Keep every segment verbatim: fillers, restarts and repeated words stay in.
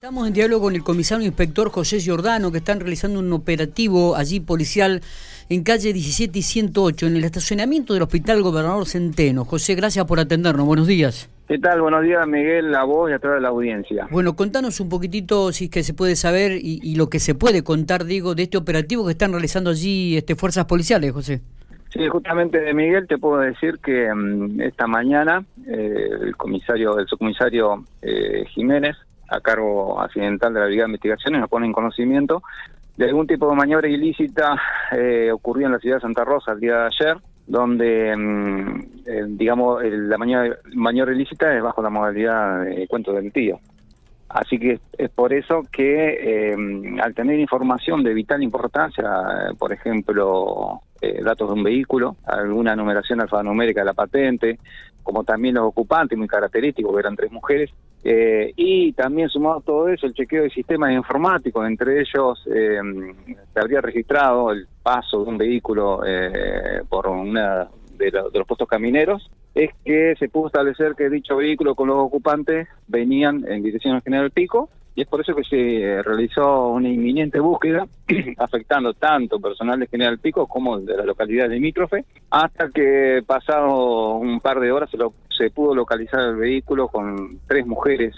Estamos en diálogo con el comisario inspector José Giordano, que están realizando un operativo allí policial en calle diecisiete y ciento ocho, en el estacionamiento del Hospital Gobernador Centeno. José, gracias por atendernos. Buenos días. ¿Qué tal? Buenos días, Miguel, a vos y a toda la audiencia. Bueno, contanos un poquitito, si es que se puede saber, y, y lo que se puede contar, digo, de este operativo que están realizando allí este, fuerzas policiales, José. Sí, justamente, Miguel, te puedo decir que um, esta mañana eh, el comisario, el subcomisario eh, Jiménez, a cargo accidental de la Brigada de Investigaciones, nos pone en conocimiento de algún tipo de maniobra ilícita eh, ocurrió en la ciudad de Santa Rosa el día de ayer, donde, mmm, eh, digamos, el, la maniobra, maniobra ilícita es bajo la modalidad de cuento del tío. Así que es por eso que, eh, al tener información de vital importancia, eh, por ejemplo, eh, datos de un vehículo, alguna numeración alfanumérica de la patente, como también los ocupantes, muy característicos, que eran tres mujeres, eh, y también sumado a todo eso, el chequeo de sistemas informáticos, entre ellos eh, se habría registrado el paso de un vehículo eh, por una de, lo, de los puestos camineros, es que se pudo establecer que dicho vehículo con los ocupantes venían en dirección General Pico, y es por eso que se realizó una inminente búsqueda, afectando tanto personal de General Pico como de la localidad de limítrofe, hasta que pasado un par de horas se, lo, se pudo localizar el vehículo con tres mujeres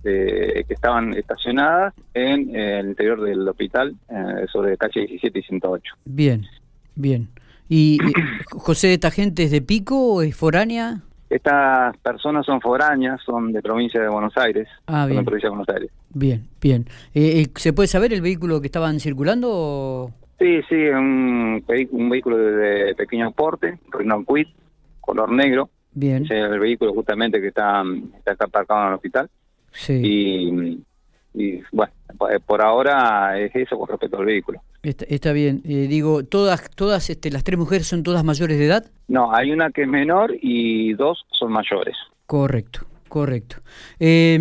eh, que estaban estacionadas en eh, el interior del hospital, eh, sobre calle diecisiete y ciento ocho. Bien, bien. ¿Y José, esta gente es de Pico o es foránea? Estas personas son foráneas, son de provincia de Buenos Aires. Ah, bien. Son de provincia de Buenos Aires. Bien, bien. Eh, ¿Se puede saber el vehículo que estaban circulando? O... Sí, sí, un, un vehículo de pequeño porte, Renault Kwid, color negro. Bien. Es el vehículo justamente que está, está aparcado en el hospital. Sí. Y, y bueno, por ahora es eso con respecto al vehículo. Está, está bien. Eh, digo, todas, todas, este, las tres mujeres son todas mayores de edad. No, hay una que es menor y dos son mayores. Correcto, correcto. Eh,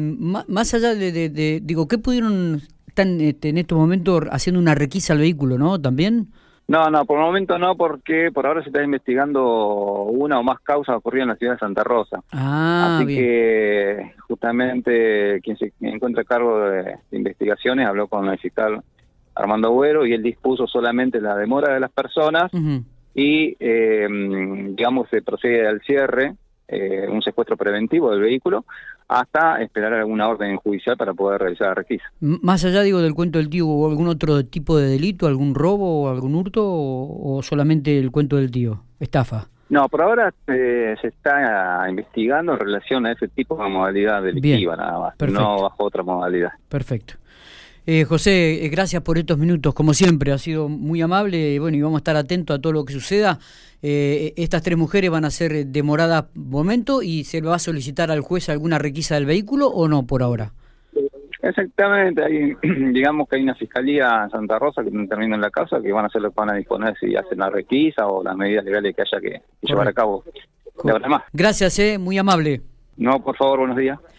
más allá de, de, de, digo, ¿qué pudieron, están este, en estos momentos haciendo una requisa al vehículo, no? ¿También? No, no, por el momento no, porque por ahora se está investigando una o más causas ocurridas en la ciudad de Santa Rosa. Ah, Así bien. que justamente quien se encuentra a cargo de, de investigaciones habló con el fiscal Armando Agüero y él dispuso solamente la demora de las personas. Uh-huh. Y, eh, digamos, se procede al cierre, eh, un secuestro preventivo del vehículo, hasta esperar alguna orden judicial para poder realizar la requisa. Más allá, digo, del cuento del tío, ¿o algún otro tipo de delito, algún robo o algún hurto, o, o solamente el cuento del tío, estafa? No, por ahora eh, se está investigando en relación a ese tipo de modalidad delictiva. Bien. Nada más, perfecto. No bajo otra modalidad. Perfecto. Eh, José, eh, gracias por estos minutos, como siempre, ha sido muy amable, bueno, y vamos a estar atentos a todo lo que suceda. Eh, estas tres mujeres van a ser demoradas momento y se le va a solicitar al juez alguna requisa del vehículo o no por ahora. Exactamente, hay, digamos que hay una fiscalía en Santa Rosa que termina en la causa, que van a hacer lo que van a disponer si hacen la requisa o las medidas legales que haya que, que llevar a cabo. De más. Gracias, eh, muy amable. No, por favor, buenos días.